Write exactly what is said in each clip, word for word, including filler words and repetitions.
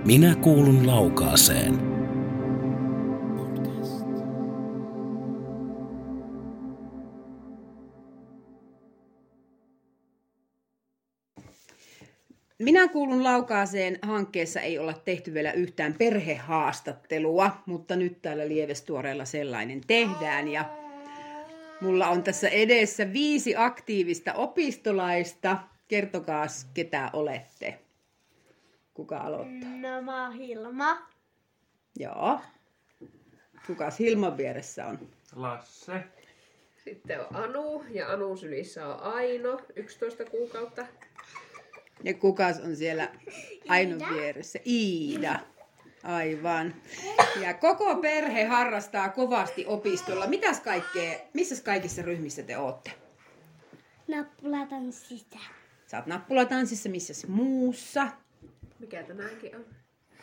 Minä kuulun Laukaaseen. Minä kuulun Laukaaseen hankkeessa ei olla tehty vielä yhtään perhehaastattelua, mutta nyt täällä Lievestuoreella sellainen tehdään. Ja mulla on tässä edessä viisi aktiivista opistolaista. Kertokaas, ketä olette. Kuka aloittaa? No mä oon Hilma. Joo. Kukas Hilman vieressä on? Lasse. Sitten on Anu ja Anun sylissä on Aino, yksitoista kuukautta. Ja kukas on siellä Ainon vieressä? Iida. Aivan. Ja koko perhe harrastaa kovasti opistolla. Mitäs kaikkea, missäs kaikissa ryhmissä te ootte? Nappulatanssissa. Sä oot nappulatanssissa, missäs muussa? Mikä tänäänkin on?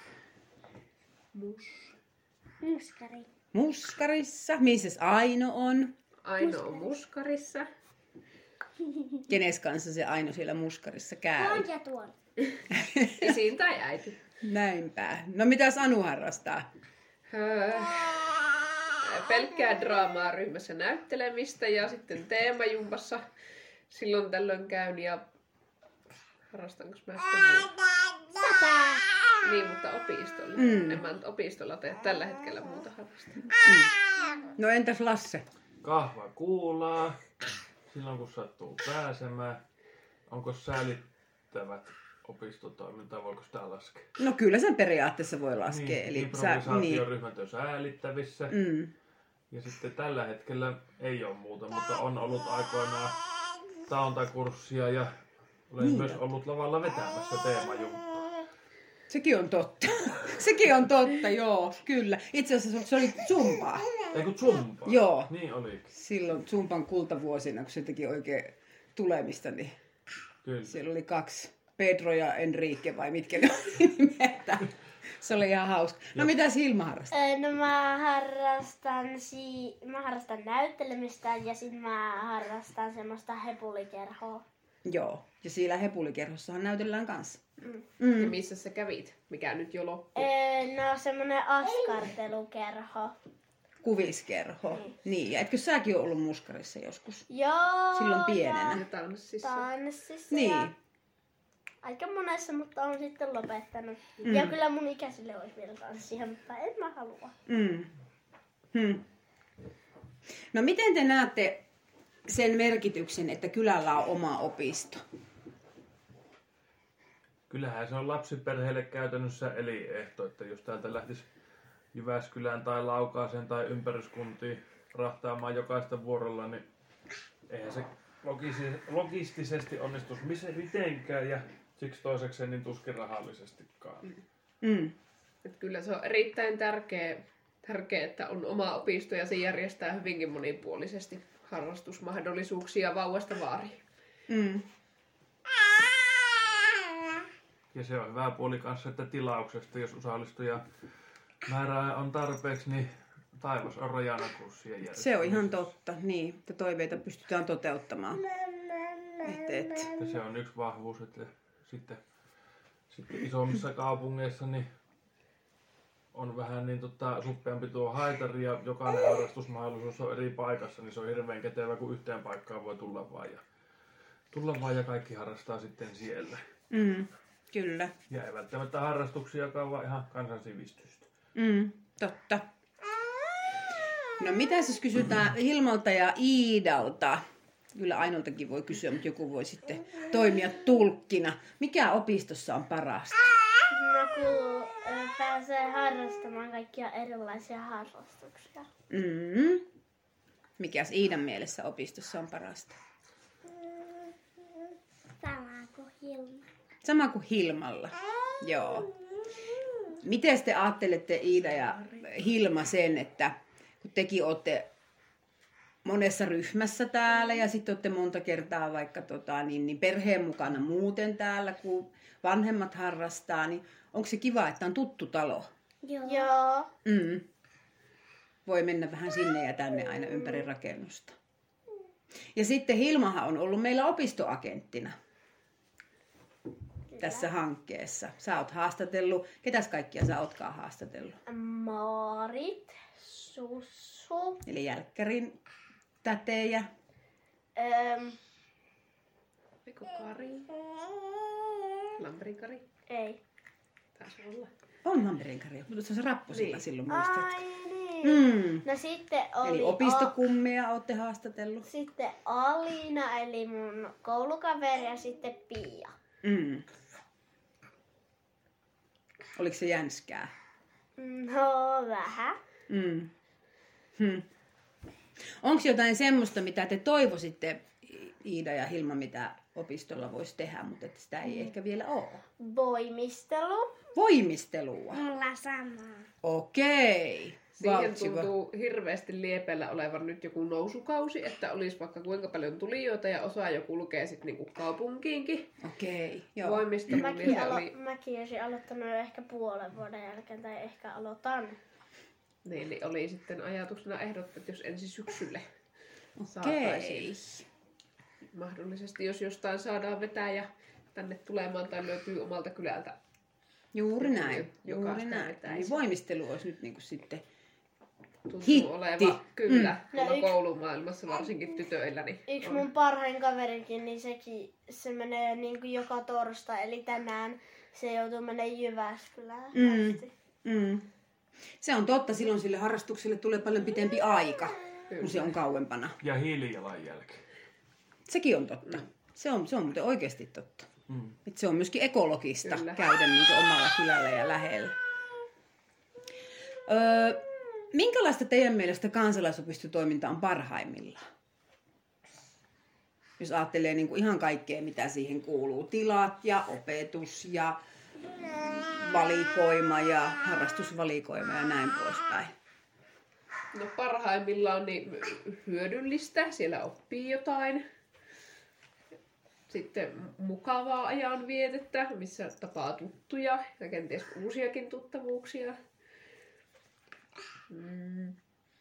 Mus. Muskari. Muskarissa. Missäs Aino on? Aino on muskarissa. Kenes kanssa se Aino siellä muskarissa käy? Tuon ja tuon. Isin tai äiti. Näinpä. No mitäs Anu harrastaa? Öö, pelkkää draamaa ryhmässä näyttelemistä ja sitten teemajumpassa silloin tällöin käyn ja harrastanko mä sitä muuta? Sata. Niin, mutta opistolla. Mm. En mä nyt opistolla tee tällä hetkellä muuta harrastaa. Mm. No entäs Lasse? Kahva kuulaa. Silloin kun sattuu pääsemään. Onko säälittävät opistotoimintaa, voiko sitä laskea? No kyllä sen periaatteessa voi laskea. Niin, eli improvisaatioryhmät on säälittävissä. Mm. Ja sitten tällä hetkellä ei ole muuta, mutta on ollut aikoinaan taontakurssia ja olen Niin myös on. ollut lavalla vetämässä teemajumppaa. Sekin on totta. Sekin on totta, joo, kyllä. Itse asiassa se oli Zumpaa. Ei kun Zumba. Joo. Niin olikin. Silloin Zumban kultavuosina, kun se teki oikein tulemista, niin Kyllä. siellä oli kaksi, Pedro ja Enrique, vai mitkä ne oli nimeltä. Se oli ihan hauska. No Joo. mitäs Hilma harrastaa? Öö, No mä harrastan, si- mä harrastan näyttelemistä ja sit mä harrastan semmoista hepulikerhoa. Joo, ja siellä Hepulikerhossahan näytellään kanssa. Mm. Ja Mm. missä sä kävit? Mikä nyt jo loppui? Öö, No semmonen askartelukerho. Kuviskerho. Mm. Niin, ja etkö säkin ole ollut muskarissa joskus? Joo. Silloin pienenä. Ja tanssissa. Tanssissa Niin. ja aika monessa, mutta on sitten lopettanut. Mm. Ja kyllä mun ikäisille olisi vielä tanssia, mutta en mä halua. Mm. Hmm. No miten te näette sen merkityksen, että kylällä on oma opisto? Kyllähän se on lapsiperheille käytännössä elinehto, että jos täältä lähtisi Jyväskylään tai Laukaaseen tai ympäryskuntiin rahtaamaan jokaista vuorolla, niin eihän se logisi- logistisesti onnistuisi missä- mitenkään ja siksi toiseksi niin tuskin rahallisestikaan. Mm. Et kyllä se on erittäin tärkeä, tärkeä, että on oma opisto ja se järjestää hyvinkin monipuolisesti harrastusmahdollisuuksia vauvasta vaariin. Mm. Ja se on hyvä puoli kanssa, että tilauksesta, jos osallistuja määrää on tarpeeksi, niin taivas on rajana kurssien järjestämisessä. Se on ihan totta, niin, että toiveita pystytään toteuttamaan. Et, et. Ja se on yksi vahvuus, että sitten, sitten isommissa kaupungeissa niin on vähän niin tota, suppeampi tuo haitari ja jokainen harrastusmahdollisuus on eri paikassa, niin se on hirveän kätevä, kun yhteen paikkaan voi tulla vaan ja, tulla vaan ja kaikki harrastaa sitten siellä. Mm. Kyllä. Ja ei välttämättä harrastuksiakaan, vaan ihan kansansivistystä. Mm. Totta. No mitä jos kysytään Hilmalta ja Iidalta? Kyllä Ainoltakin voi kysyä, mutta joku voi sitten toimia tulkkina. Mikä opistossa on parasta? No kun ö, pääsee harrastamaan kaikkia erilaisia harrastuksia. Mm. Mikäs Iidan mielessä opistossa on parasta? Sama kuin Hilma. Sama kuin Hilmalla. Joo. Miten te ajattelette, Iida ja Hilma, sen, että kun tekin olette monessa ryhmässä täällä ja sitten olette monta kertaa vaikka tota, niin, niin perheen mukana muuten täällä, kun vanhemmat harrastaa, niin onko se kiva, että on tuttu talo? Joo. Joo. Mm. Voi mennä vähän sinne ja tänne aina ympäri rakennusta. Ja sitten Hilmahan on ollut meillä opistoagenttina. tässä hankkeessa. Sä oot haastatellut, ketäs kaikkia sä ootkaan haastatellut? Maarit, Sussu, Eli jälkkärin tätejä. öm, Eiku Kari? Lamperin Kari? ei. Taisi olla. On Lamperin, mutta se on se rappusilla Niin. silloin muistat. Ai niin. Mm. No sitten oli... Eli opistokummia ootte haastatellut. Sitten Alina, eli mun koulukaveri, ja sitten Pia. Mm. Oliko se jänskää? No, vähän. Mm. Hmm. Onko jotain semmoista, mitä te toivoisitte, Iida ja Hilma, mitä opistolla voisi tehdä, mutta että sitä ei ehkä vielä ole? Voimistelu. Voimistelua. Mulla samaa. Okei. Siihen Valtsiva. tuntuu hirveästi liepeillä olevan nyt joku nousukausi, että olisi vaikka kuinka paljon tulijoita ja osa jo kulkee sitten niinku kaupunkiinkin. Okei, joo. Voimistelu, niin Mäkin, se alo- oli, mäkin olisin aloittanut jo ehkä puolen vuoden jälkeen, tai ehkä aloitan. niin, niin oli sitten ajatuksena ehdottaa, että jos ensi syksylle Okei. saataisiin mahdollisesti, jos jostain saadaan vetää ja tänne tulemaan tai löytyy omalta kylältä. Juuri Joku, näin. joka Juuri sitä näin. vetäisi. Niin voimistelu olisi nyt niinku sitten... Tuntuu Hitti. olevan kyllä Mm. tuolla No yksi- koulumaailmassa varsinkin tytöillä. Niin Yksi on. mun parhain kaverikin, niin sekin, se menee niin kuin joka torstai, eli tänään se joutuu menemään Jyväskylään Mm. asti. Mm. Se on totta, silloin sille harrastukselle tulee paljon pitempi aika, kun se on kauempana. Ja hiilijalanjälki. Sekin on totta. Se on, se on muuten oikeasti totta. Mm. Et se on myöskin ekologista Kyllä. käydä niin omalla kylällä ja lähellä. Öö, minkälaista teidän mielestä kansalaisopistotoiminta on parhaimmillaan? Jos ajattelee niin kuin ihan kaikkea, mitä siihen kuuluu. Tilat ja opetus ja valikoima ja harrastusvalikoima ja näin poispäin. No parhaimmillaan niin hyödyllistä, siellä oppii jotain. Sitten mukavaa ajanvietettä, missä tapaa tuttuja ja kenties uusiakin tuttavuuksia. Mm.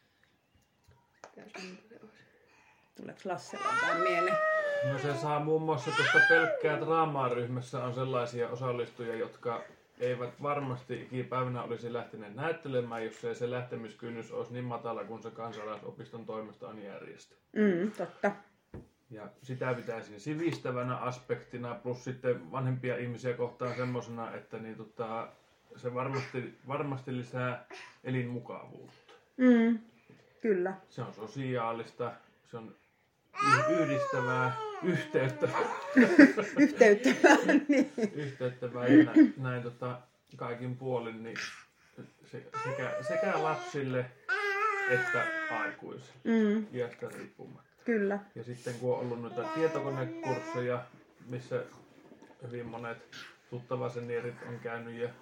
Mitäs muuta se olisi? Tuleeko Lassella jotain mieleen? No se saa muun muassa tuosta pelkkää draamaa ryhmässä on sellaisia osallistujia, jotka eivät varmasti ikipäivänä olisi lähteneet näyttelemään, jos ei se lähtemiskynnys olisi niin matala kuin se kansalaisopiston toimesta on järjestö. Mm, totta. Ja sitä pitäisin sivistävänä aspektina, plus sitten vanhempia ihmisiä kohtaan semmoisena, että niin tota, se varmasti, varmasti lisää elinmukavuutta. Mm, kyllä. Se on sosiaalista, se on y- yhdistävää, yhteyttävää, Yhteyttävää. niin. yhteyttävää ja näin, näin tota, kaikin puolin niin se, sekä, sekä lapsille että aikuisille, Mm, iästä riippumatta. kyllä. Ja sitten kun on ollut noita tietokonekursseja, missä hyvin monet tuttavasenierit on käynyt ja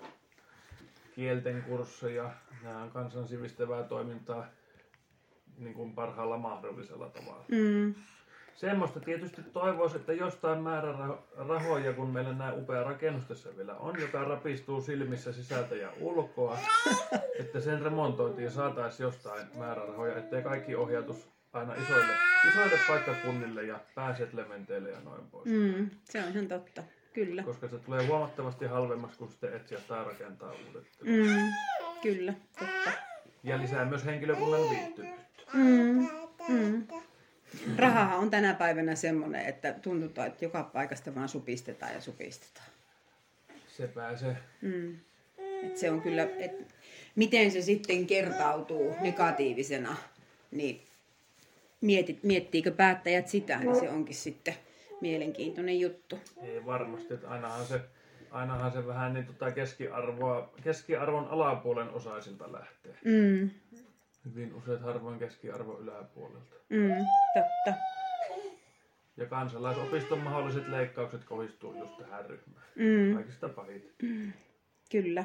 kielten kursseja, nämä on kansan sivistävää toimintaa niin kuin parhaalla mahdollisella tavalla. Mm, Semmoista tietysti toivoisi, että jostain määrärahoja, kun meillä nämä upea rakennus tässä vielä on, joka rapistuu silmissä sisältä ja ulkoa, että sen remontointiin saataisiin jostain määrärahoja, ettei kaikki ohjautus aina isoille, isoille paikkakunnille ja pääsetlementeille ja noin pois. mm, se on ihan totta. Kyllä. Koska se tulee huomattavasti halvemmaksi, kun sitten etsiä tai rakentaa uudet. Mm, kyllä, totta. Ja lisää myös henkilökunnan viihtyvyyttä. Mm, mm. Rahahan on tänä päivänä semmoinen, että tuntuu, että joka paikasta vaan supistetaan ja supistetaan. Se pääsee. Mm. Et se on kyllä, et miten se sitten kertautuu negatiivisena, niin mietit, miettiikö päättäjät sitä, niin se onkin sitten mielenkiintoinen juttu. Ei varmasti, että ainahan se, ainahan se vähän niin tota keskiarvoa, keskiarvon alapuolen osaisilta lähtee. Mm, Hyvin useat harvoin keskiarvon yläpuolelta. mm, totta. Ja kansalaisopiston mahdolliset leikkaukset kohdistuu just tähän ryhmään. Mm, Kaikista pahiten. kyllä.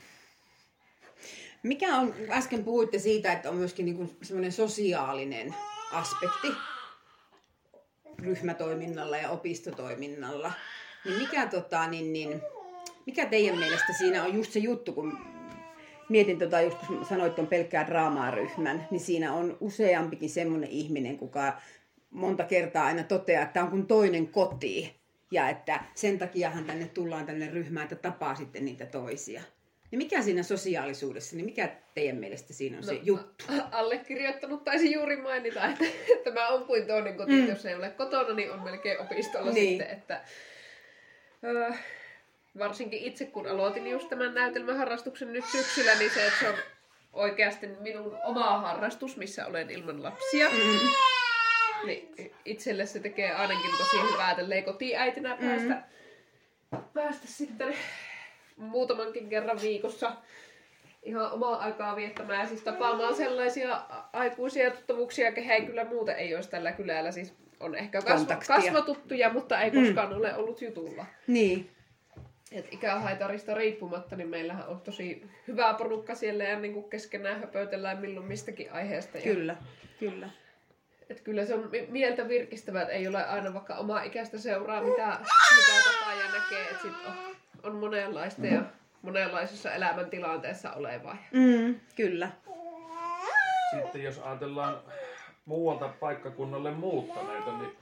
Mikä on, äsken puhuitte siitä, että on myöskin niinku semmoinen sosiaalinen aspekti ryhmätoiminnalla ja opistotoiminnalla. Niin mikä, tota, niin, niin, mikä teidän mielestä siinä on just se juttu, kun mietin tota, just kun sanoit on pelkkää draamaa ryhmän, niin siinä on useampikin semmoinen ihminen, kuka monta kertaa aina toteaa, että tämä on kuin toinen koti. Ja että sen takiahan tänne tullaan tänne ryhmään, että tapaa sitten niitä toisia. Niin mikä siinä sosiaalisuudessa, niin mikä teidän mielestä siinä on no, se juttu? Allekirjoittanut taisi juuri mainita, että, että mä on kuin toinen koti, mm. jos ei ole kotona, niin on melkein opistolla niin. sitten. Että, öö, varsinkin itse kun aloitin just tämän näytelmäharrastuksen nyt syksyllä, niin se, että se on oikeasti minun oma harrastus, missä olen ilman lapsia. Mm. Niin itselle se tekee ainakin tosi hyvää tälleen kotiäitinä päästä, mm. päästä sitten muutamankin kerran viikossa ihan omaa aikaa viettämään ja siis tapaamaan sellaisia aikuisia tuttavuuksia, kehen kyllä muuten ei olisi tällä kylällä. Siis on ehkä kasv- kasvatuttuja, mutta ei koskaan mm. ole ollut jutulla. Niin. Et ikähaitarista riippumatta, niin meillähän on tosi hyvä porukka siellä ja niin kuin keskenään höpötellään milloin mistäkin aiheesta. Kyllä, ja kyllä. Et kyllä se on mieltä virkistävää, että ei ole aina vaikka omaa ikäistä seuraa, mitä, mitä tapaa ja näkee. Että sit on, on monenlaista ja monenlaisessa elämäntilanteessa olevaa. Mm, kyllä. Sitten jos ajatellaan muualta paikkakunnalle muuttaneita, niin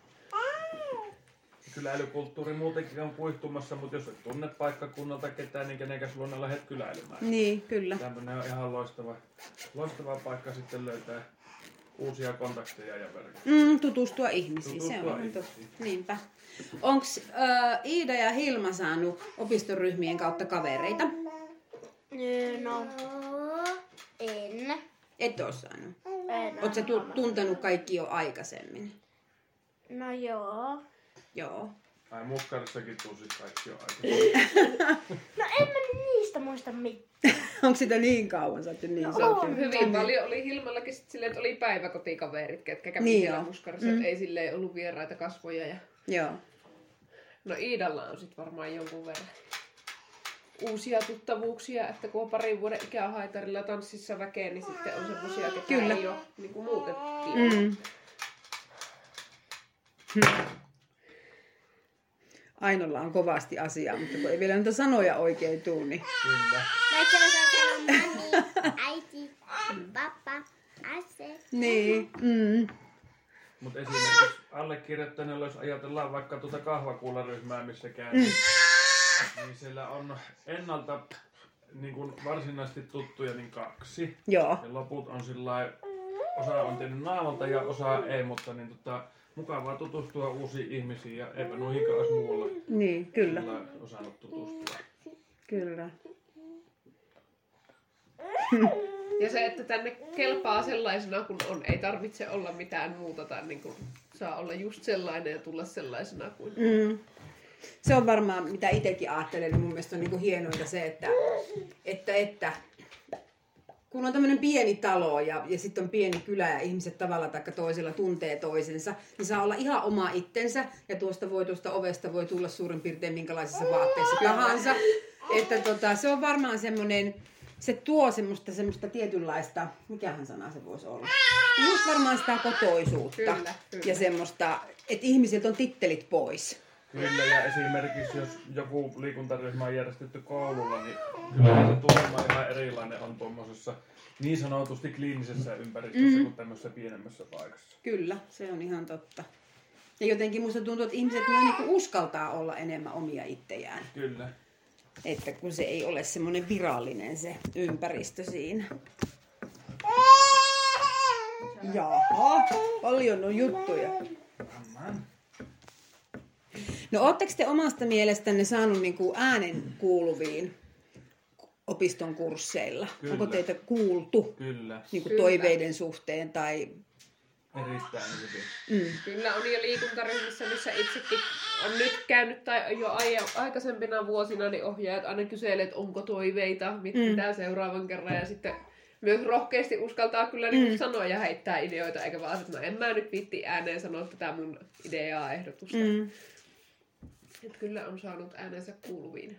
kyläilykulttuuri muutenkin on kuihtumassa, mutta jos et tunne paikkakunnalta ketään, niin kenekäs luonne lähdet kyläilymään. Niin, kyllä. Tämmöinen on ihan loistava, loistava paikka sitten löytää uusia kontakteja ja verkkoja. Mm, tutustua ihmisiin, tutustua se on ihmisiin. totta. Niinpä. Onks äh, Iida ja Hilma saanut opistoryhmien kautta kavereita? No, en. Et oo saanut. En Oot sä tu- tuntenut kaikki jo aikaisemmin? No joo. Joo. Ai Muskarissakin tuusit kaikki jo aikaisemmin. No en mä nyt niistä muista mitään. Onko sitä niin kauan saatu niin No, saatu? on. Hyvin paljon oli Hilmallakin sit silleen, että oli päiväkotikaverit, ketkä kävi Niin siellä joo. Muskarissa, Mm. että ei silleen ollut vieraita kasvoja. Ja... Joo. No Iidalla on sit varmaan jonkun verran uusia tuttavuuksia, että kun on parin vuoden ikähaitarilla tanssissa väkeä, niin sitten on semmosia, ketä Kyllä. ei ole niin kuin muuten kiinni. Mm. Hmm. Ainolla on kovasti asiaa, mutta kun ei vielä niitä sanoja oikein tuu, niin... Kyllä. Vaikka mä saan sanoa mami, äiti, pappa, ase. Niin. Mm. Mutta esimerkiksi allekirjoittaneella, jos ajatellaan vaikka tuota kahvakuularyhmää, missä käy, niin, niin siellä on ennalta niin kuin varsinaisesti tuttuja niin kaksi. Joo. Ja loput on sillä osa on tehnyt naamalta ja osa ei, mutta niin tota, mukavaa tutustua uusiin ihmisiin ja eipä noihinkaan olisi muualla Niin, kyllä. sillä osannut tutustua. Kyllä. Ja se, että tänne kelpaa sellaisena kun on, ei tarvitse olla mitään muuta tai niin kuin saa olla just sellainen ja tulla sellaisena kuin Mm. Se on varmaan, mitä itsekin ajattelen, niin mun mielestä on niin kuin hienointa se, että, että, että kun on tämmöinen pieni talo ja, ja sitten on pieni kylä ja ihmiset tavalla tai toisella tuntee toisensa, niin saa olla ihan oma itsensä ja tuosta voi tuosta ovesta voi tulla suurin piirtein minkälaisissa vaatteissa tahansa. Että tota, se on varmaan semmoinen, se tuo semmoista, semmoista tietynlaista, mikähän sana se voisi olla, just varmaan sitä kotoisuutta Kyllä, kyllä. ja semmoista, että ihmisiltä on tittelit pois. Kyllä, ja esimerkiksi jos joku liikuntaryhmä on järjestetty koululla, niin kyllä se tunnelma ihan erilainen on tuommoisessa niin sanotusti kliinisessä ympäristössä mm. kuin tämmöisessä pienemmässä paikassa. Kyllä, se on ihan totta. Ja jotenkin musta tuntuu, että ihmiset myös niinku uskaltaa olla enemmän omia itsejään. Kyllä. Että kun se ei ole semmoinen virallinen se ympäristö siinä. Jaha, paljon on juttuja. No ootteko te omasta mielestänne saanut niinku äänen kuuluviin opiston kursseilla? Kyllä. Onko teitä kuultu Kyllä. niinku Kyllä. toiveiden suhteen tai... Erittäin hyvin. Mm. Kyllä on jo liikuntaryhmissä, missä itsekin on nyt käynyt tai jo aikaisempina vuosina, niin ohjaajat aina kyselee, että onko toiveita, mit, Mm. mitä seuraavan kerran. Ja sitten myös rohkeasti uskaltaa kyllä niin Mm. sanoa ja heittää ideoita, eikä vaan, että no en mä nyt viitti ääneen sanoa tätä mun ideaa, ehdotusta. Mm. Että kyllä on saanut äänensä kuuluviin.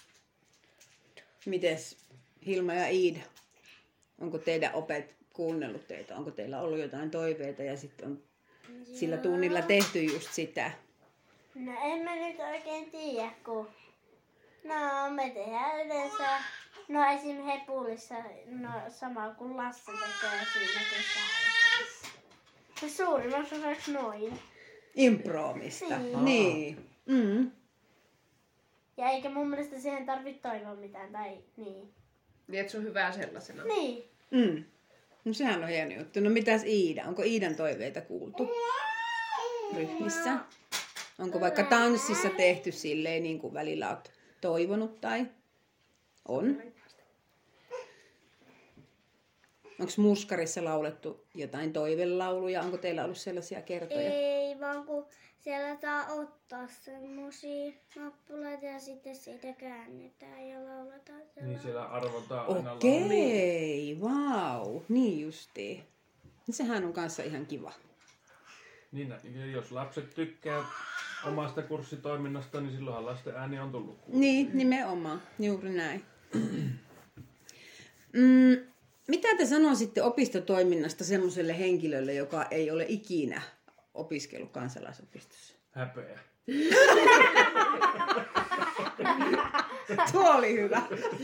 Mites Hilma ja Iida? Onko teidän opet kuunnellut teitä? Onko teillä ollut jotain toiveita ja sitten on sillä tunnilla tehty just sitä? No en mä nyt oikein tiedä, kun... No me tehdään yleensä... No esim. Hepulissa, no sama kuin Lasse tekee siinä kesäyhteydessä. No suurimmassa osaksi noin. Improomista. Niin. Niin. Mm. Ja eikä mun mielestä siihen tarvitse toivoa mitään, tai niin. Niin, että se on hyvä sellaisena. Niin. Mm. No sehän on hieno juttu. No mitäs Iida? Onko Iidan toiveita kuultu ryhmissä? Onko vaikka tanssissa tehty silleen, niin kuin välillä olet toivonut tai on? Onko muskarissa laulettu jotain toivelauluja? Onko teillä ollut sellaisia kertoja? Ei, vaan kun siellä saa ottaa semmosia nappuloita ja sitten siitä käännetään ja lauletaan siellä. Niin siellä arvotaan aina Okei, vau, wow. Niin justiin. Sehän on kanssa ihan kiva. Niin, ja jos lapset tykkää omasta kurssitoiminnasta, niin silloinhan lasten ääni on tullut kuulua. Niin, nimenomaan. Juuri näin. mm, mitä te sanoisitte opistotoiminnasta semmoiselle henkilölle, joka ei ole ikinä opiskellut kansalaisopistossa? Häpeä. Tuo oli hyvä.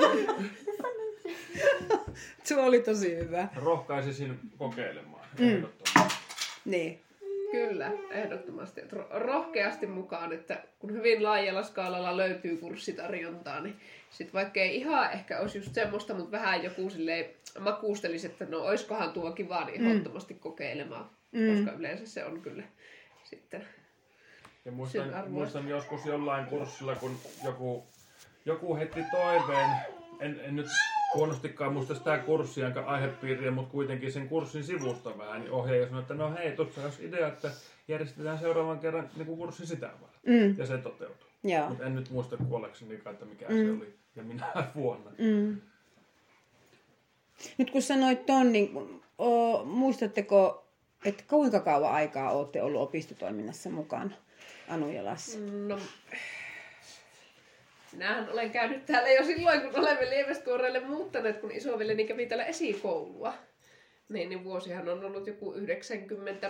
Tuo oli tosi hyvä. Rohkaisisin kokeilemaan. Mm. Niin. Kyllä, ehdottomasti. Että ro- rohkeasti mukaan, että kun hyvin laajalla skaalalla löytyy kurssitarjontaa, niin sit vaikka ei ihan ehkä olisi just semmoista, mutta vähän joku silleen makuustelisi, että no oiskohan tuo kiva, niin ehdottomasti mm. kokeilemaan. Mm. Koska yleensä se on kyllä sitten Ja muistan, muistan joskus jollain kurssilla, kun joku, joku heitti toiveen, en, en nyt huonostikaan muista sitä kurssia enkä aihepiiriä, mutta kuitenkin sen kurssin sivusta vähän, niin ohjaaja sanoi, että no hei, tuossa olisi idea, että järjestetään seuraavan kerran niin kuin kurssin sitä varten. Mm. Ja se toteutui. Mutta en nyt muista kuolleksenikaan, että mikä mm. se oli ja minä vuonna. Mm. Nyt kun sanoit ton, niin o, muistatteko, että kuinka kauan aikaa olette ollut opistotoiminnassa mukana, Anu ja Lassi? No, minähän olen käynyt täällä jo silloin, kun olemme Lievestuoreelle muuttaneet, kun isoveljeni kävi täällä esikoulua. Niin, niin vuosihan on ollut joku yhdeksänkymmentä,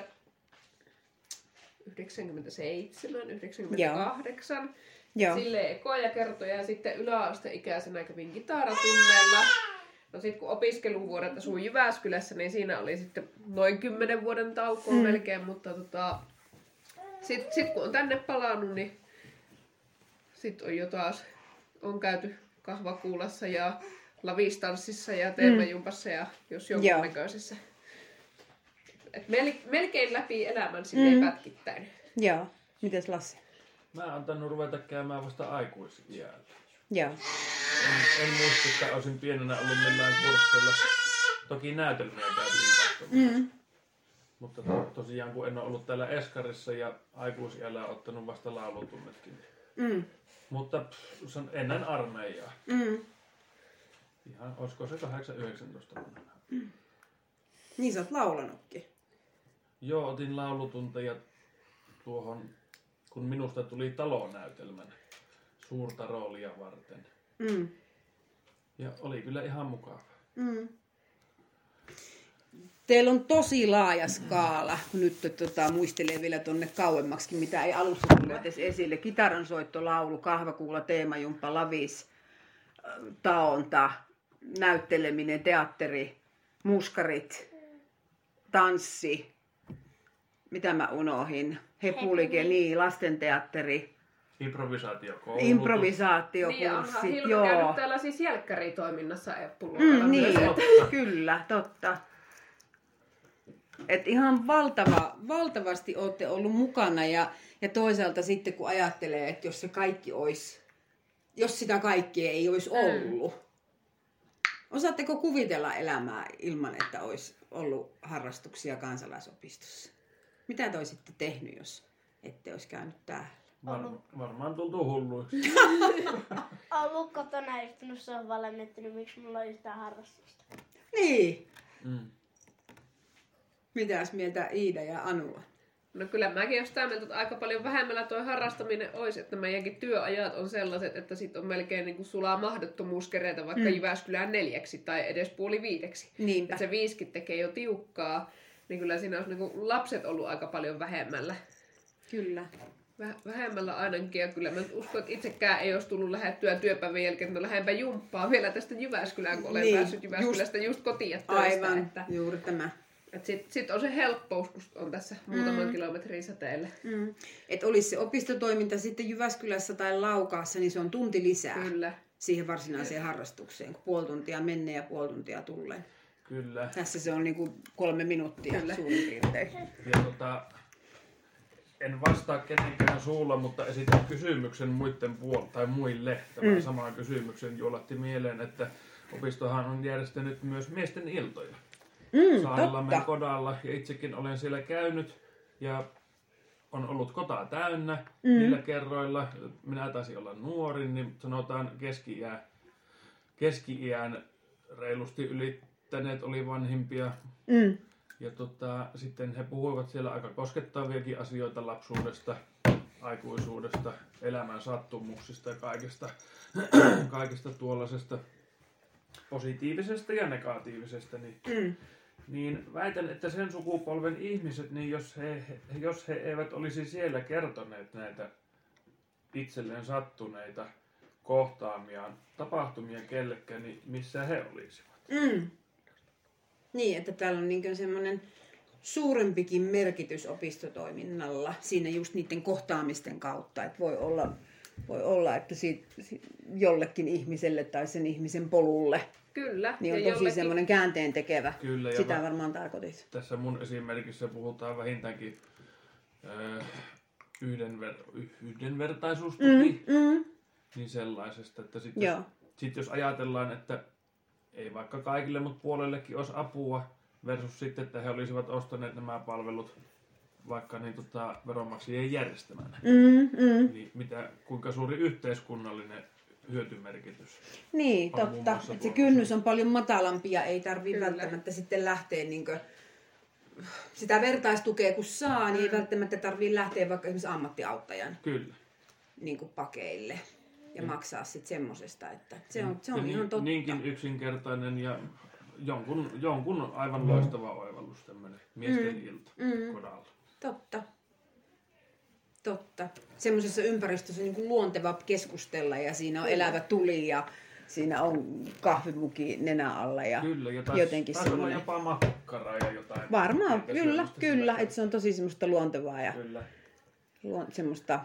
yhdeksänkymmentäseitsemän, yhdeksänkymmentäkahdeksan. Joo. Silleen ekoja kertoja ja sitten yläasteikäisenä kävin kitaratunneilla. No sit kun opiskeluvuodet asuin Jyväskylässä, niin siinä oli sitten noin kymmenen vuoden taukoa mm. melkein, mutta tota, sit, sit kun on tänne palannut, niin sit on jo taas, on käyty kahvakuulassa ja lavistanssissa ja teemajumpassa ja jos jonkunnäköisessä. Et mel, melkein läpi elämän silleen mm. pätkittäin. Joo. Mites Lassi? Mä oon tainnut ruveta käymään vasta aikuisiällä. Joo. En, en muista, että olisin pienenä ollut millään kurssilla. Toki näytelmiä käytiin katsomaan. Mm. Mutta to, tosiaan kun en ole ollut täällä Eskarissa ja aikuisiällä ottanut vasta laulutunnetkin. Mm. Mutta pff, ennen armeijaa. Mm. Ihan, olisiko se kahdeksan yhdeksäntoista vuonna. Mm. Niin sä oot laulanutkin. Joo, otin laulutunteja tuohon, kun minusta tuli talonäytelmän suurta roolia varten. Mm. Ja oli kyllä ihan mukava. Mm. Teillä on tosi laaja skaala, kun nyt tota, muistelee vielä tuonne kauemmaksi, mitä ei alussa tullut edes esille. Kitaransoitto, laulu, kahvakuula, teemajumppa, lavis, taonta, näytteleminen, teatteri, muskarit, tanssi, mitä mä unohin, hepulike, niin, lastenteatteri. Improvisaatiokoulutus. Improvisaatiokurssit, niin, joo. Hilma käynyt täällä siis jälkkäritoiminnassa Eppulla. Mm, niin, kyllä, totta. Et ihan valtava, valtavasti olette ollut mukana ja, ja toisaalta sitten kun ajattelee, että jos se kaikki olisi, jos sitä kaikkea ei olisi ollut. Mm. Osaatteko kuvitella elämää ilman, että olisi ollut harrastuksia kansalaisopistossa? Mitä te olisitte tehnyt, jos ette olisi käynyt täällä? Var, varmaan tultu hulluiksi. Ollut kotona istunut sohvalle miettinyt, miksi mulla on yhtään harrastusta. Niin. Mm. Mitäs mieltä Iida ja Anu? No kyllä mäkin olen sitä mieltä, että aika paljon vähemmällä tuo harrastaminen olisi, että meidänkin työajat on sellaiset, että sit on melkein niin kuin sulaa mahdottomuus kerätä vaikka mm. Jyväskylään neljäksi tai edes puoli viideksi. Niinpä. Että se viisikin tekee jo tiukkaa, niin kyllä siinä olisi niin kuin lapset ollut aika paljon vähemmällä. Kyllä. Väh- vähemmällä ainakin, ja kyllä mä uskon, että itsekään ei olisi tullut lähdettyä työpäivän jälkeen, että no lähempä jumppaa vielä tästä Jyväskylään, kun olen niin, päässyt Jyväskylästä just, just kotiin töistä. Aivan, että, juuri tämä. Sitten sit on se helppous, kun on tässä muutaman mm. kilometrin säteellä. Mm. Että olisi se opistotoiminta sitten Jyväskylässä tai Laukaassa, niin se on tunti lisää. Kyllä. Siihen varsinaiseen harrastukseen, kun puoli tuntia menneen ja puoli tuntia tulleen. Kyllä. Tässä se on niinku kolme minuuttia Kyllä. suurin piirtein. Ja tota, en vastaa kenenkään suulla, mutta esitän kysymyksen muiden puolta tai muille. Tämän mm. saman kysymyksen juolatti mieleen, että opistohan on järjestänyt myös miesten iltoja. Mm, Sailamme Kodalla ja itsekin olen siellä käynyt ja on ollut kotaa täynnä mm. niillä kerroilla. Minä taisin olla nuori, niin sanotaan keski-iän, keski-iän reilusti ylittäneet oli vanhimpia. Mm. Ja tota, sitten he puhuivat siellä aika koskettaviakin asioita lapsuudesta, aikuisuudesta, elämän sattumuksista ja kaikesta, kaikesta tuollaisesta positiivisesta ja negatiivisesta. Niin, mm. niin väitän, että sen sukupolven ihmiset, niin jos he, jos he eivät olisi siellä kertoneet näitä itselleen sattuneita kohtaamiaan tapahtumia kellekään, niin missä he olisivat? Mm. Niin, että täällä on niin semmoinen suurempikin merkitys opistotoiminnalla siinä just niiden kohtaamisten kautta. Että voi olla, voi olla että siitä, jollekin ihmiselle tai sen ihmisen polulle Kyllä. niin on tosi jollekin semmoinen käänteen tekevä. Kyllä, ja sitä varmaan tarkoitit. Tässä mun esimerkissä puhutaan vähintäänkin äh, yhdenver, yhdenvertaisuustuki. Mm, mm. Niin sellaisesta, että sitten jos, sit jos ajatellaan, että ei vaikka kaikille, mutta puolellekin olisi apua versus sitten, että he olisivat ostaneet nämä palvelut vaikka niin tota, veronmaksajien järjestämänä. Mm, mm. Niin mitä, kuinka suuri yhteiskunnallinen hyötymerkitys. Niin, totta. Että se kynnys on paljon matalampi ja ei tarvitse välttämättä sitten lähteä niin kuin, sitä vertaistukea kun saa, niin ei välttämättä tarvitse lähteä vaikka esimerkiksi ammattiauttajan Kyllä. Niin kuin pakeille. Ja mm. maksaa sitten semmosesta, että se on, se on niin, ihan totta. Niinkin yksinkertainen ja jonkun, jonkun aivan loistava oivallus tämmöinen miesten mm. ilta mm. Kodalla. Totta. Totta. Semmoisessa ympäristössä niin kuin luonteva keskustella ja siinä on elävä tuli ja siinä on kahvimuki nenä alla. Ja kyllä, ja taas, jotenkin taas semmoinen. on jopa makkara ja jotain. Varmaan, kyllä, kyllä. Että se on tosi semmoista luontevaa ja kyllä. Luon, semmoista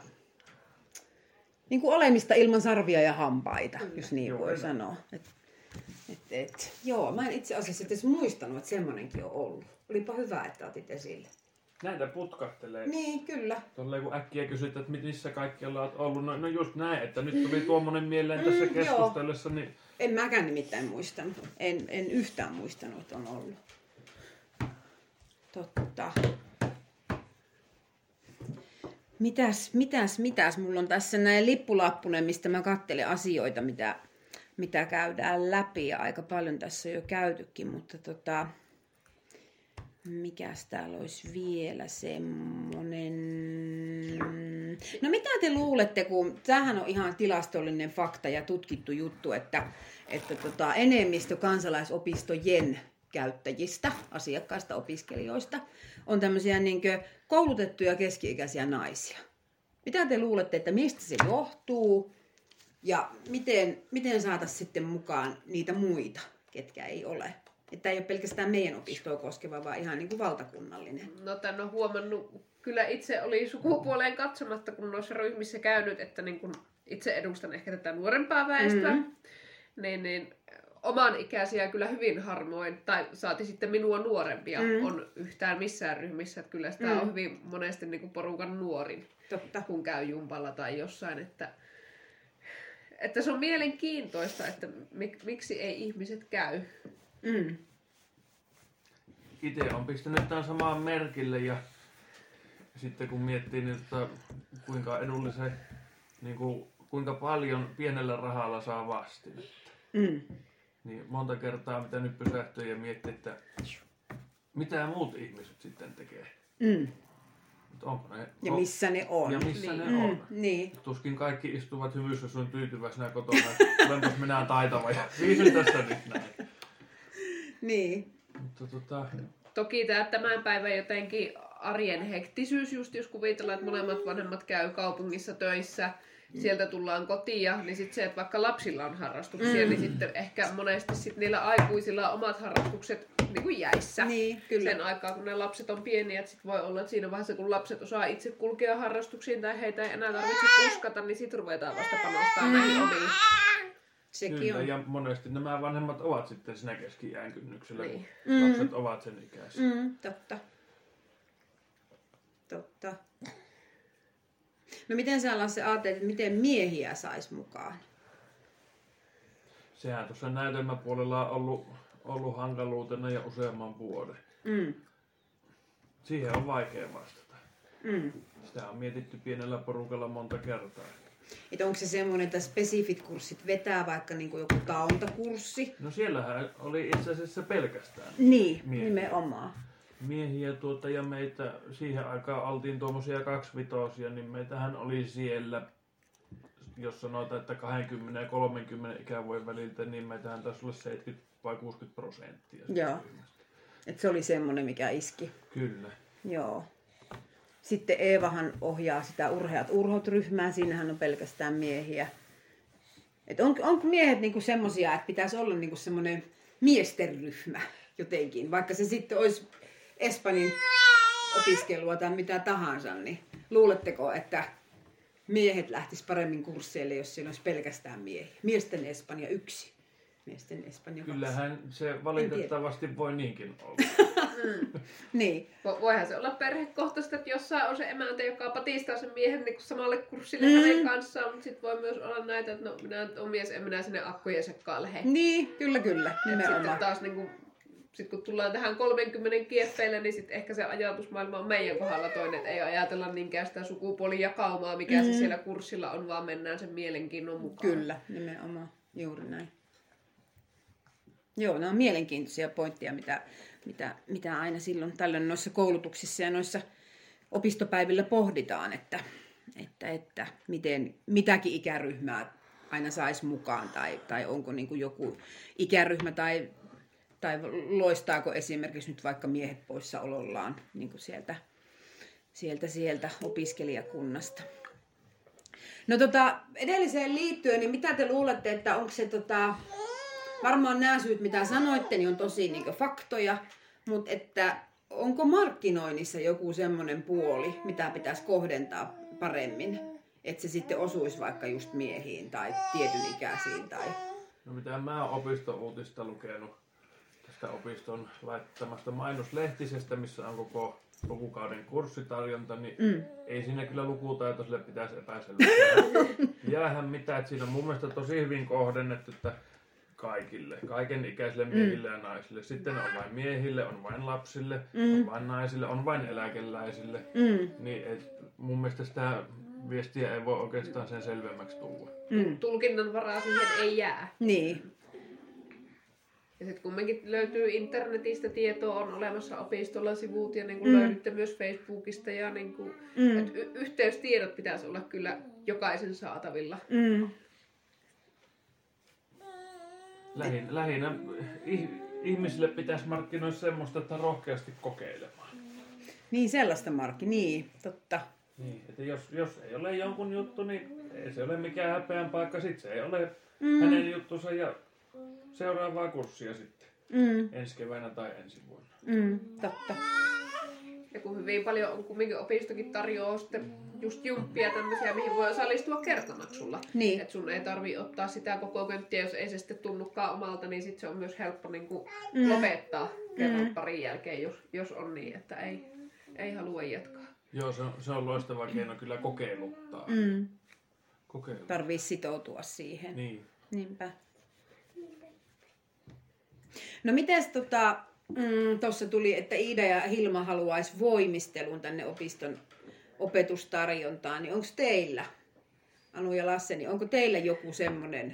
niin kuin olemista ilman sarvia ja hampaita, kyllä. Jos niin joo, voi enää. Sanoa. Et, et, et, joo, mä en itse asiassa edes muistanut, että semmoinenkin on ollut. Olipa hyvä, että otit esille. Näitä putkahtelee. Niin, kyllä. Tolleen kun äkkiä kysyt, että missä kaikkialla olet ollut, no, no just näin, että nyt tuli tuommoinen mieleen tässä mm, keskustellessa. Niin... En mäkään nimittäin muistanut. En, en yhtään muistanut, että on ollut. Totta. Mitäs, mitäs, mitäs? Mulla on tässä näin lippulappunen, mistä mä katselen asioita, mitä, mitä käydään läpi. Ja aika paljon tässä on jo käytykin, mutta tota... Mikäs täällä olisi vielä semmonen... No mitä te luulette, kun tämähän on ihan tilastollinen fakta ja tutkittu juttu, että, että tota, enemmistö kansalaisopistojen käyttäjistä, asiakkaista, opiskelijoista, on tämmöisiä niin kuin koulutettuja keski-ikäisiä naisia. Mitä te luulette, että mistä se johtuu ja miten, miten saataisiin sitten mukaan niitä muita, ketkä ei ole? Että ei ole pelkästään meidän opistoa koskeva, vaan ihan niin kuin valtakunnallinen. No tämän on huomannut, kyllä itse oli sukupuoleen katsomatta, kun noissa ryhmissä käynyt, että niin kun itse edustan ehkä tätä nuorempaa väestöä, mm-hmm. niin, niin oman ikäisiä kyllä hyvin harmoin, tai saati sitten minua nuorempia, mm-hmm. on yhtään missään ryhmissä. Että kyllä sitä mm-hmm. on hyvin monesti niin kuin porukan nuorin, Totta. kun käy jumpalla tai jossain. Että, että se on mielenkiintoista, että mik, miksi ei ihmiset käy. Mm. Itse olen pistänyt tämän samaan merkille ja sitten kun miettii, niin, että kuinka edullisen, niin kuin, kuinka paljon pienellä rahalla saa vastinetta. Mm. Niin monta kertaa mitä nyt pysähtyy ja miettii, että mitä muut ihmiset sitten tekee. Mm. Onko ne, ja missä ne on. Ja missä niin. ne on. Mm, niin. Tuskin kaikki istuvat hyvyssä sun tyytyväisenä kotona. Olenpas minä taitava ja viisyn tästä nyt näin. Niin. Mutta, tota... Toki tämä tämän päivän jotenkin arjen hektisyys, just jos kuvitellaan, että molemmat vanhemmat käy kaupungissa töissä, sieltä tullaan kotiin, niin sitten se, että vaikka lapsilla on harrastuksia, mm. niin sitten ehkä monesti sit niillä aikuisilla on omat harrastukset niin kuin jäissä. Niin, kyllä. Sen aikaa, kun ne lapset on pieniä, että sit voi olla, että siinä vaiheessa, kun lapset osaa itse kulkea harrastuksiin tai heitä ei enää tarvitse kuskata, niin sit ruvetaan vasta panostaa mm. näihin omiin. Sekin Kyllä, on. ja monesti nämä vanhemmat ovat sitten siinä keski-iän kynnyksellä, Niin. kun Mm. lapset ovat sen ikäisiä. Mm, totta. Totta. No miten sä Lasse ajattelet, että miten miehiä sais mukaan? Sehän tuossa näytelmäpuolella on ollut, ollut hankaluutena jo useamman vuoden. Mm. Siihen on vaikea vastata. Mm. Sitä on mietitty pienellä porukalla monta kertaa. Että onko se semmoinen, että spesifit kurssit vetää vaikka niinku joku tauntakurssi? No siellähän oli itse asiassa pelkästään Niin, Miehiä. nimenomaan. miehiä tuota, ja meitä siihen aikaan oltiin tuommoisia kaksivitosia, niin meitähän oli siellä, jos sanotaan, että kaksikymmentä ja kolmekymmentä ikävuoden väliltä, niin meitähän taisi olla seitsemänkymmentä vai kuusikymmentä prosenttia. Joo. Et se oli semmoinen, mikä iski. Kyllä. Joo. Sitten Eevahan ohjaa sitä Urheat Urhot-ryhmää, siinähän on pelkästään miehiä. Et on, onko miehet niinku semmosia, että pitäisi olla niinku semmoinen miesten ryhmä jotenkin, vaikka se sitten olisi Espanjan opiskelua tai mitä tahansa, niin luuletteko, että miehet lähtis paremmin kursseille, jos siellä olisi pelkästään miehiä? Miesten Espanja yksi. Miesten Espanja kaksi. Kyllähän se valitettavasti voi niinkin olla. Niin. Vo- Voihan se olla perhekohtaista, että jossain on se emäntä, joka patistaa sen miehen niin samalle kurssille mm. hänen kanssaan, mutta sitten voi myös olla näitä, että no minä nyt on mies, en minä sinne akkujen sekaan lähde. Niin, kyllä kyllä. Et sitten Nimenomaan. taas niin kuin, sit kun tullaan tähän kolmenkymmenen kieppeille, niin sitten ehkä se ajatusmaailma on meidän kohdalla toinen, että ei ajatella niinkään sitä sukupuolijakaumaa, mikä mm. se siellä kurssilla on, vaan mennään sen mielenkiinnon mukaan. Kyllä, nimenomaan. Juuri näin. Joo, nämä on mielenkiintoisia pointteja, mitä, mitä, mitä aina silloin tällöin noissa koulutuksissa ja noissa opistopäivillä pohditaan, että, että, että miten, mitäkin ikäryhmää aina saisi mukaan, tai, tai onko niin kuin joku ikäryhmä, tai, tai loistaako esimerkiksi nyt vaikka miehet poissaolollaan niin kuin sieltä, sieltä, sieltä opiskelijakunnasta. No tota, edelliseen liittyen, niin mitä te luulette, että onko se tota, varmaan nämä syyt, mitä sanoitte, niin on tosi niin kuin faktoja, mutta että onko markkinoinnissa joku semmoinen puoli, mitä pitäisi kohdentaa paremmin, että se sitten osuisi vaikka just miehiin tai tietyn ikäisiin tai... No mitä mä oon opisto-uutista lukenut tästä opiston laittamasta mainoslehtisestä, missä on koko lukukauden kurssitarjonta, niin mm. ei siinä kyllä lukutaitoiselle pitäisi epäselvää jäähän mitään. Että siinä on mun mielestä tosi hyvin kohdennettu, että kaikille, kaiken ikäisille miehille mm. ja naisille. Sitten on vain miehille, on vain lapsille, mm. on vain naisille, on vain eläkeläisille. Mm. Niin et mun mielestä sitä viestiä ei voi oikeastaan sen selvemmäksi tulla. Mm. Tulkinnan varaa siihen ei jää. Niin. Ja sitten kumminkin löytyy internetistä tietoa, on olemassa opistolla sivut ja niin kuin Mm. löydätte myös Facebookista. Ja niin kuin, Mm. et y- yhteystiedot pitäisi olla kyllä jokaisen saatavilla. Mm. Lähin, lähinnä ih, ihmisille pitäisi markkinoida semmoista, että rohkeasti kokeilemaan. Niin, sellaista Markki, niin, totta. Niin, että jos, jos ei ole jonkun juttu, niin ei se ole mikään häpeän paikka. Sitten se ei ole Mm. hänen juttunsa ja seuraavaa kurssia sitten Mm. ensi keväänä tai ensi vuonna. Mm. Totta. Ja kun hyvin paljon on kumminkin opistokin tarjoaa sitten just jumppia tämmöisiä, mihin voi osallistua kertamaksulla. Niin. Että sun ei tarvii ottaa sitä koko könttiä, jos ei se sitten tunnukaan omalta, niin sitten se on myös helppo niin kuin Mm. lopettaa kerran Mm. parin jälkeen, jos, jos on niin, että ei, ei halua jatkaa. Joo, se on, se on loistava keino kyllä kokeiluttaa. Mm. Kokeiluttaa. Tarvii sitoutua siihen. Niin. Niinpä. No mites tota, mm, tuossa tuli, että Iida ja Hilma haluaisi voimistelun tänne opiston opetustarjontaan, niin onko teillä, Anu ja Lasse, niin onko teillä joku semmoinen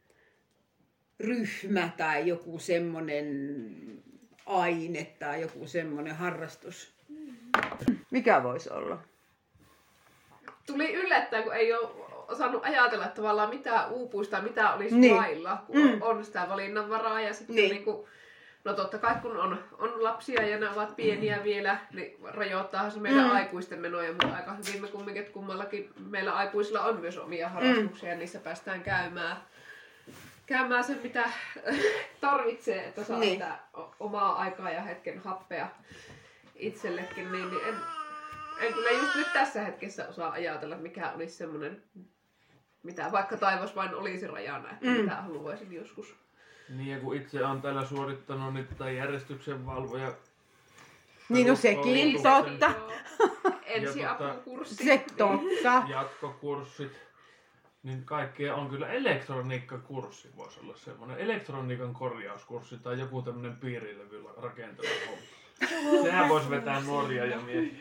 ryhmä tai joku semmoinen aine tai joku semmoinen harrastus? Mikä voisi olla? Tuli yllättäen, kun ei ole osannut ajatella että tavallaan mitä uupuisi tai mitä olisi Niin. vailla, kun Mm. on, on sitä valinnanvaraa. Ja sitten Niin. niin. Niin no totta kai kun on, on lapsia ja ne ovat pieniä vielä, niin rajoittaahan se meidän Mm. aikuisten menoja, mutta aika hyvin me kumminkin, että kummallakin meillä aikuisilla on myös omia harrastuksia ja niissä päästään käymään. käymään sen, mitä tarvitsee, että saa Niin. sitä o- omaa aikaa ja hetken happea itsellekin, niin niin en, en kyllä just nyt tässä hetkessä osaa ajatella, mikä olisi semmoinen, mitä vaikka taivas vain olisi rajana, että Mm. mitä haluaisin joskus. Niin ja kun itse on täällä suorittanut nyt tai järjestyksenvalvoja Niin no sekin, peruskoulutuksen totta. Ensiapukurssi. Se totta. jatkokurssit, niin kaikkea on kyllä elektroniikkakurssi voisi olla semmoinen. Elektroniikan korjauskurssi tai joku tämmöinen piirilevy rakentava homma. Sehän voisi vetää nuoria ja miehiä.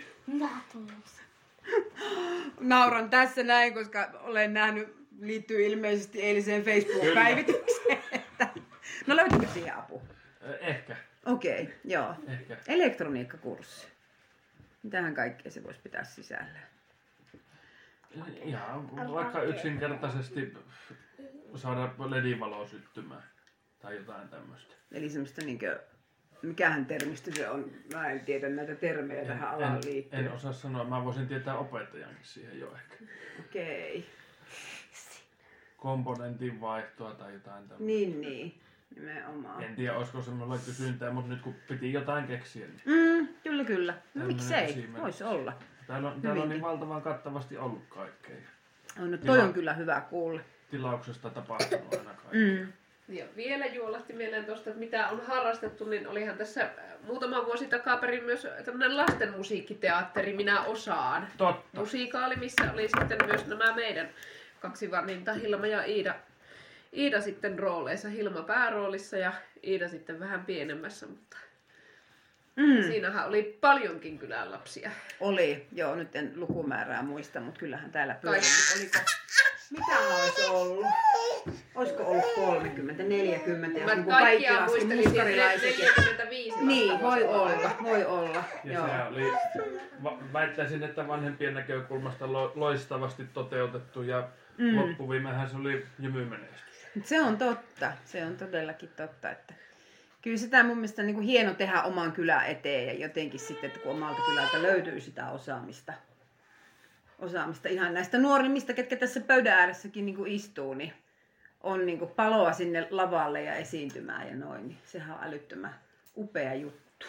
Nauran tässä näin, koska olen nähnyt, liittyy ilmeisesti eiliseen Facebook-päivitykseen. Että... No löytyykö siihen apu? Ehkä, Okei, okay, joo. ehkä. Elektroniikkakurssi. Mitähän kaikkea se voisi pitää sisällä? Ihan vaikka yksinkertaisesti saada ledivaloa syttymään tai jotain tämmöistä. Eli semmoista niinkö, mikähän termistö se on? Mä en tiedä näitä termejä tähän alaan en, liittyen. en osaa sanoa, mä voisin tietää opettajankin siihen jo ehkä. Okei. Okay. Komponentin vaihtoa tai jotain tämmöistä. Niin, niin. Nimenomaan. En tiedä, olisiko semmoilla kysyntää, mutta nyt kun piti jotain keksiä, niin Mm, kyllä, kyllä. No, Tämmönen miksei? esimerkki. Voisi olla. täällä on, täällä on niin valtavan kattavasti ollut kaikkea. On, no toi Tila- on kyllä hyvä kuulla. Tilauksesta tapahtunut aina kaikkea. Mm. Ja vielä juolahti mieleen tuosta, että mitä on harrastettu, niin olihan tässä muutama vuosi takaperin myös tämmöinen lasten musiikkiteatteri Minä osaan. Totta. Musikaali, missä oli sitten myös nämä meidän kaksi vanhinta, Hilma ja Iida. Iida sitten rooleissa, Hilma pääroolissa ja Iida sitten vähän pienemmässä, mutta Mm. siinähän oli paljonkin kylän lapsia. Oli, joo, nyt en lukumäärää muista, mutta kyllähän täällä pyörii. Kaikki. Oliko, mitä olisi ollut? Olisiko ollut kolmekymmentä, neljäkymmentä, jos Mä niin kuin kaikki kaikkia laski muistelin siis muskarilaiset. ja- neljäkymmentäviisi lasta Niin, voi voisi olla, voi olla. Ja Joo. se oli, va- väittäisin, että vanhempien näkökulmasta lo- loistavasti toteutettu ja Mm. loppuviimehän se oli jymymenestys. Mut se on totta, se on todellakin totta, että kyllä sitä mun mielestä niin kuin hieno tehdä oman kylän eteen ja jotenkin sitten, että kun omalta kylältä löytyy sitä osaamista, osaamista ihan näistä nuorimmista, ketkä tässä pöydän ääressäkin niin kuin istuu, niin on niin kuin paloa sinne lavalle ja esiintymään ja noin, niin sehän on älyttömän upea juttu.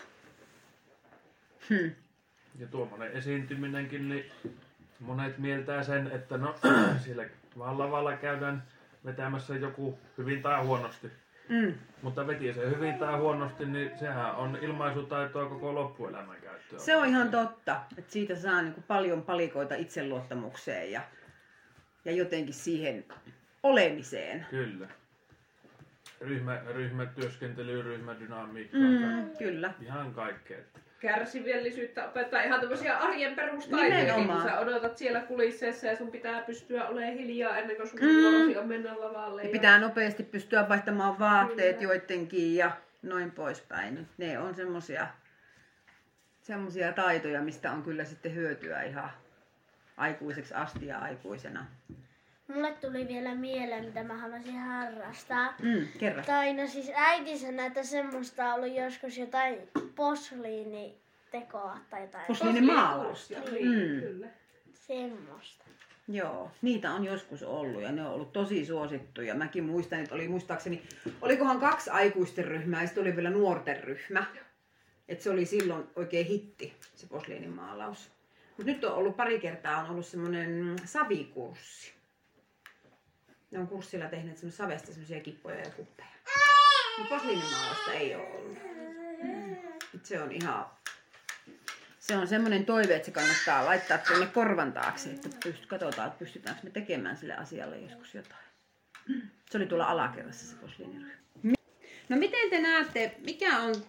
Hmm. Ja tuommoinen esiintyminenkin, niin monet mieltää sen, että no siellä vaan lavalla käydään vetämässä joku hyvin tai huonosti. Mm. Mutta veti se hyvin tai huonosti, niin sehän on ilmaisutaitoa koko loppuelämän käyttöön. Se on ihan totta, että siitä saa niin kuin paljon palikoita itseluottamukseen ja, ja jotenkin siihen olemiseen. Kyllä. Ryhmä, ryhmätyöskentely, ryhmädynamiikka, Mm, kyllä. ihan kaikkea. Kärsivällisyyttä opettaa ihan tämmöisiä arjen perustaitoja, kun Nimenomaan. sä odotat siellä kulisseissa ja sun pitää pystyä olemaan hiljaa ennen kuin sun Mm. vuorosi on mennä lavalle. Ja ja- pitää nopeasti pystyä vaihtamaan vaatteet Kyllä. joidenkin ja noin poispäin. Ne on semmosia, semmosia taitoja, mistä on kyllä sitten hyötyä ihan aikuiseksi asti ja aikuisena. Mulle tuli vielä mieleen, mitä mä haluaisin harrastaa. Mm, kerran. Tai no siis äiti sanoi, että semmoista on ollut joskus jotain posliinitekoa tai jotain Posliinimaalaus. Posliinikurssia, Mm. niin, kyllä. semmoista. Joo, niitä on joskus ollut ja ne on ollut tosi suosittuja. Mäkin muistan, että oli muistaakseni, olikohan kaksi aikuisten ryhmää ja sitten oli vielä nuorten ryhmä. Että se oli silloin oikein hitti, se posliinimaalaus. Mutta nyt on ollut pari kertaa on ollut semmoinen savikurssi. Ne on kurssilla tehneet semmoista savesta semmoisia kippoja ja kuppeja. Mutta posliinimaalausta ei ole ollut. Et se on ihan... Se on semmoinen toive, että se kannattaa laittaa tuonne korvan taakse, että pyst, katsotaan, että pystytäänkö me tekemään sille asialle joskus jotain. Se oli tuolla alakerrassa se posliiniryhmä. No miten te näette, mikä on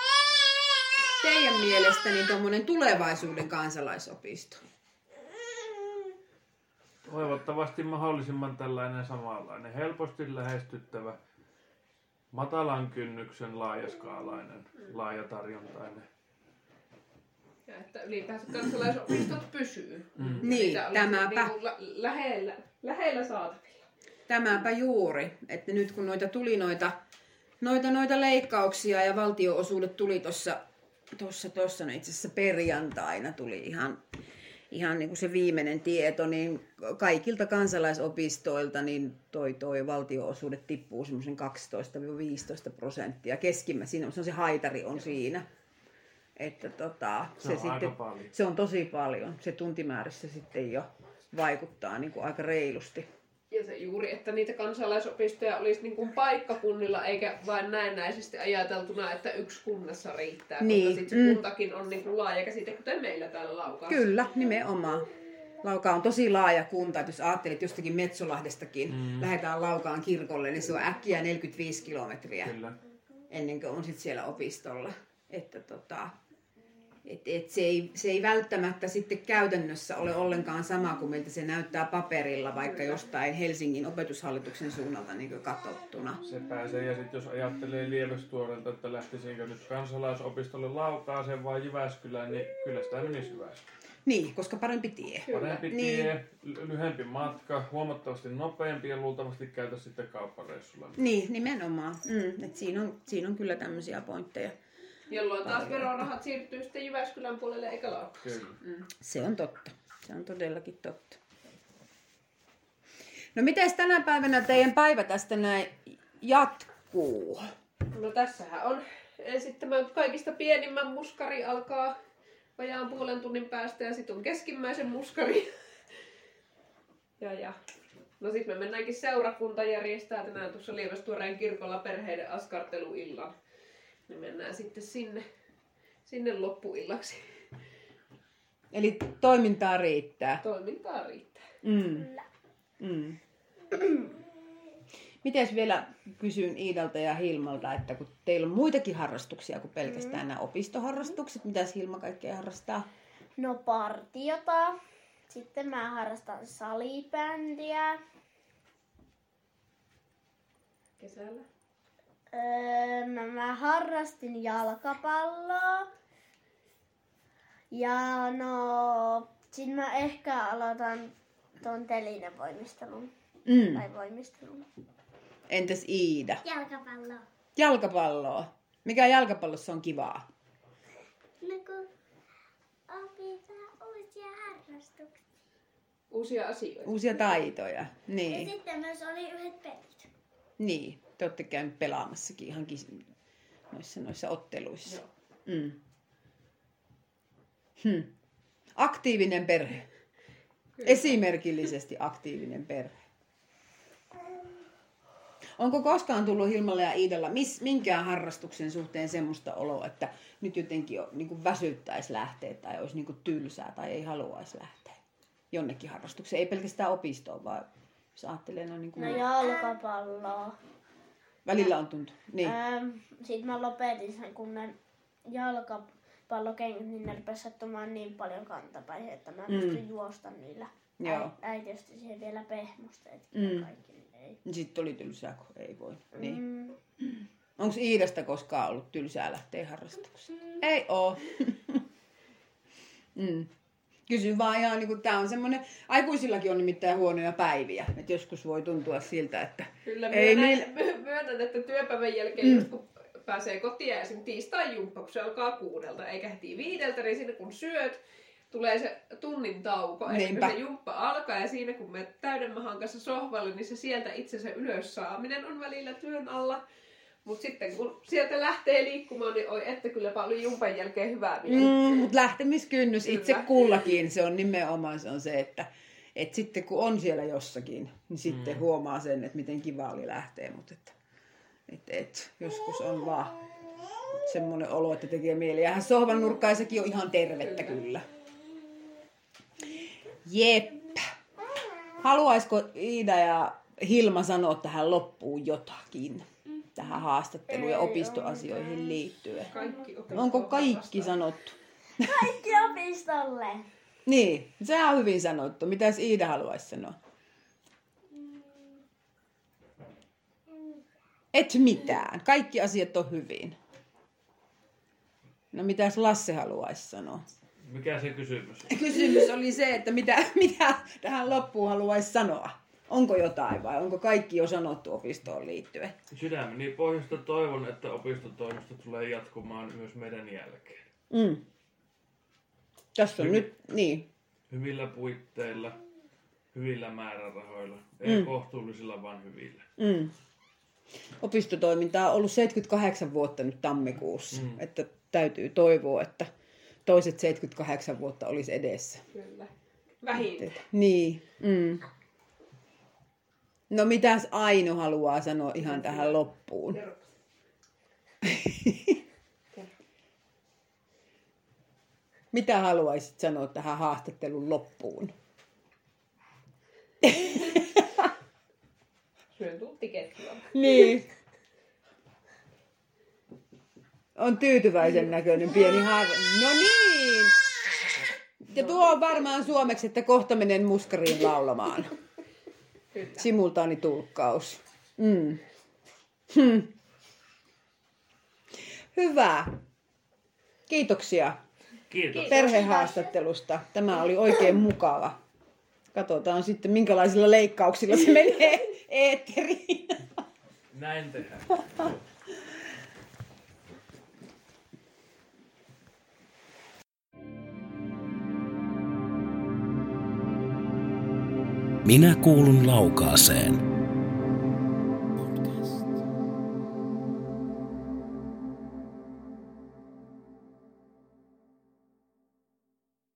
teidän mielestäni tuommoinen tulevaisuuden kansalaisopisto? Toivottavasti mahdollisimman tällainen samanlainen, helposti lähestyttävä, matalan kynnyksen laajaskaalainen, laajatarjontainen. Ja että ylipäänsä kansalaisopistot pysyy. Mm. Niin, Niitä olisi tämäpä. niinku lä- lähellä, lähellä saatavilla. Tämäpä juuri, että nyt kun noita tuli noita, noita, noita leikkauksia ja valtionosuudet tuli tuossa, tuossa, tuossa no itse asiassa perjantaina tuli ihan, ihan niin kuin se viimeinen tieto, niin kaikilta kansalaisopistoilta niin toi, toi valtionosuudet tippuu semmoisen kaksitoista viisitoista prosenttia. Keskimmä, siinä on se haitari on siinä. Että tota, Se, se, on sitten, aika paljon. se on tosi paljon. Se tuntimäärissä sitten jo vaikuttaa niin kuin aika reilusti. Ja se juuri, että niitä kansalaisopistoja olisi niin kuin paikkakunnilla, eikä vain näennäisesti ajateltuna, että yksi kunnassa riittää. Niin, Koska sitten se mm. kuntakin on niin kuin laaja käsite, kuten meillä täällä Laukaassa. Kyllä, nimenomaan. Laukaa on tosi laaja kunta, että jos ajattelet jostakin Metsolahdestakin, mm. lähdetään Laukaan kirkolle, niin se on äkkiä neljäkymmentäviisi kilometriä Kyllä. ennen kuin on sit siellä opistolla. Että tota, et, et se, ei, se ei välttämättä sitten käytännössä ole ollenkaan sama kuin miltä se näyttää paperilla, vaikka jostain Helsingin opetushallituksen suunnalta niin katsottuna. Se pääsee, ja sitten jos ajattelee Lievestuorelta, että lähtisinkö nyt kansalaisopistolle Laukaaseen vai Jyväskylään, niin kyllä sitä menisi Jyväskylään. Niin, koska parempi tie. Parempi Niin. tie, ly- lyhempi matka, huomattavasti nopeampi ja luultavasti käytä sitten kauppareissulla. Niin, nimenomaan. Mm, et siinä, on, siinä on kyllä tämmöisiä pointteja. Jolloin taas verorahat siirtyy sitten Jyväskylän puolelle eikä Laukaassa. Kyllä. Mm. Se on totta. Se on todellakin totta. No miten tänä päivänä teidän päivä tästä näin jatkuu? No tässähän on ensin tämä kaikista pienimmän muskari alkaa vajaan puolen tunnin päästä ja sitten on keskimmäisen muskari. Ja, ja. No sit me mennäänkin seurakunta järjestää tänään tuossa Lievestuoreen kirkolla perheiden askarteluillan. Me mennään sitten sinne, sinne loppuillaksi. Eli toimintaa riittää. Toimintaa riittää. Mm. Mm. Mites vielä kysyn Iidalta ja Hilmalta, että kun teillä on muitakin harrastuksia kuin pelkästään nämä opistoharrastukset, mitäs Hilma kaikkea harrastaa? No partiota. Sitten mä harrastan salibändiä. Kesällä. Öö, no mä harrastin jalkapalloa. Ja no, sit mä ehkä aloitan ton telinevoimistelun. Mm. Tai voimistelun. Entäs Iida? Jalkapallo. Jalkapalloa. Mikä jalkapallossa on kivaa? No kun opitaan uusia harrastuksia. Uusia asioita. Uusia taitoja. Ja Niin. sitten myös oli yhdet pelit. Niin. Te olette käynyt pelaamassakin ihan kis- noissa, noissa otteluissa. Joo. Mm. Hmm. Aktiivinen perhe. Kyllä. Esimerkillisesti aktiivinen perhe. Onko koskaan tullut Hilmalla ja Iidalla mis, minkään harrastuksen suhteen semmoista oloa, että nyt jotenkin niin kuin väsyttäisi lähteä tai olisi niin kuin tylsää tai ei haluaisi lähteä jonnekin harrastukseen? Ei pelkästään opistoon, vaan jos ajattelee noin niin kuin No jalkapalloa. välillä on tuntunut. Niin. Ähm, Sitten mä lopetin sen, kun ne jalkapallokengät, niin ne rupesi sattumaan niin paljon kantapäin, että mä en Mm. pysty juosta niillä. Joo. Äi- Äiti osti siihen vielä pehmusteet Mm. ja kaikki, niin ei. Sitten oli tylsää, kun ei voi. Niin. Mm. Onko Iidasta koskaan ollut tylsää lähteä harrastukseen? Ei oo. mm. Kysyn vaan ihan niin kuin tää on semmoinen, aikuisillakin on nimittäin huonoja päiviä. Että joskus voi tuntua siltä, että Kyllä ei myönnän, niillä... myönnän, että työpäivän jälkeen, mm. just kun pääsee kotiin ja esimerkiksi tiistain jumppa, kun se alkaa kuudelta eikä heti viideltä, niin siinä kun syöt, tulee se tunnin tauko, ennen Niinpä. kuin se jumppa alkaa ja siinä kun me täydenmahan kanssa sohvalle, niin se sieltä itsensä ylös saaminen on välillä työn alla. Mutta sitten kun sieltä lähtee liikkumaan, niin oi, että kylläpä oli jumpan jälkeen hyvää mieltä. Mm, mutta lähtemiskynnys Kyllä. itse kullakin, se on nimenomaan se, on se että, että sitten kun on siellä jossakin, niin sitten Mm. huomaa sen, että miten kiva oli lähteä. Mutta että, että, että joskus on vaan semmoinen olo, että tekee mieli. Ja sohvan nurkkaisekin on ihan tervettä kyllä. kyllä. Jep. Haluaisiko Iida ja Hilma sanoa tähän loppuun jotakin? Tähän haastatteluun ja opistoasioihin liittyen. Kaikki Onko kaikki vastaan. sanottu? Kaikki opistolle. Niin, se on hyvin sanottu. Mitäs Iida haluaisi sanoa? Et mitään. Kaikki asiat on hyvin. No mitäs Lasse haluaisi sanoa? Mikä se kysymys? Kysymys oli se, että mitä, mitä tähän loppuun haluaisi sanoa. Onko jotain vai onko kaikki jo sanottu opistoon liittyen? Sydämeni pohjasta toivon, että opistotoimisto tulee jatkumaan myös meidän jälkeen. Mm. Tässä on Hyvin. nyt, niin. hyvillä puitteilla, hyvillä määrärahoilla. Ei Mm. kohtuullisilla, vaan hyvillä. Mm. Opistotoiminta on ollut seitsemänkymmentäkahdeksan vuotta nyt tammikuussa, Mm. että täytyy toivoa, että toiset seitsemänkymmentäkahdeksan vuotta olisi edessä. Kyllä. Vähintään. Niin. Mm. No mitäs Aino haluaa sanoa ihan tähän loppuun? Kerro. Mitä haluaisit sanoa tähän haastattelun loppuun? Syön tuttiketjua. Niin. On tyytyväisen näköinen pieni harva. No niin! Ja tuo on varmaan suomeksi, että kohta menen muskariin laulamaan. Kyllä. Simultaanitulkkaus. Mm. Hm. Hyvä. Kiitoksia Kiitos. perhehaastattelusta. Tämä oli oikein mukava. Katsotaan sitten, minkälaisilla leikkauksilla se menee eetteriin. Näin tehdään. Minä kuulun Laukaaseen.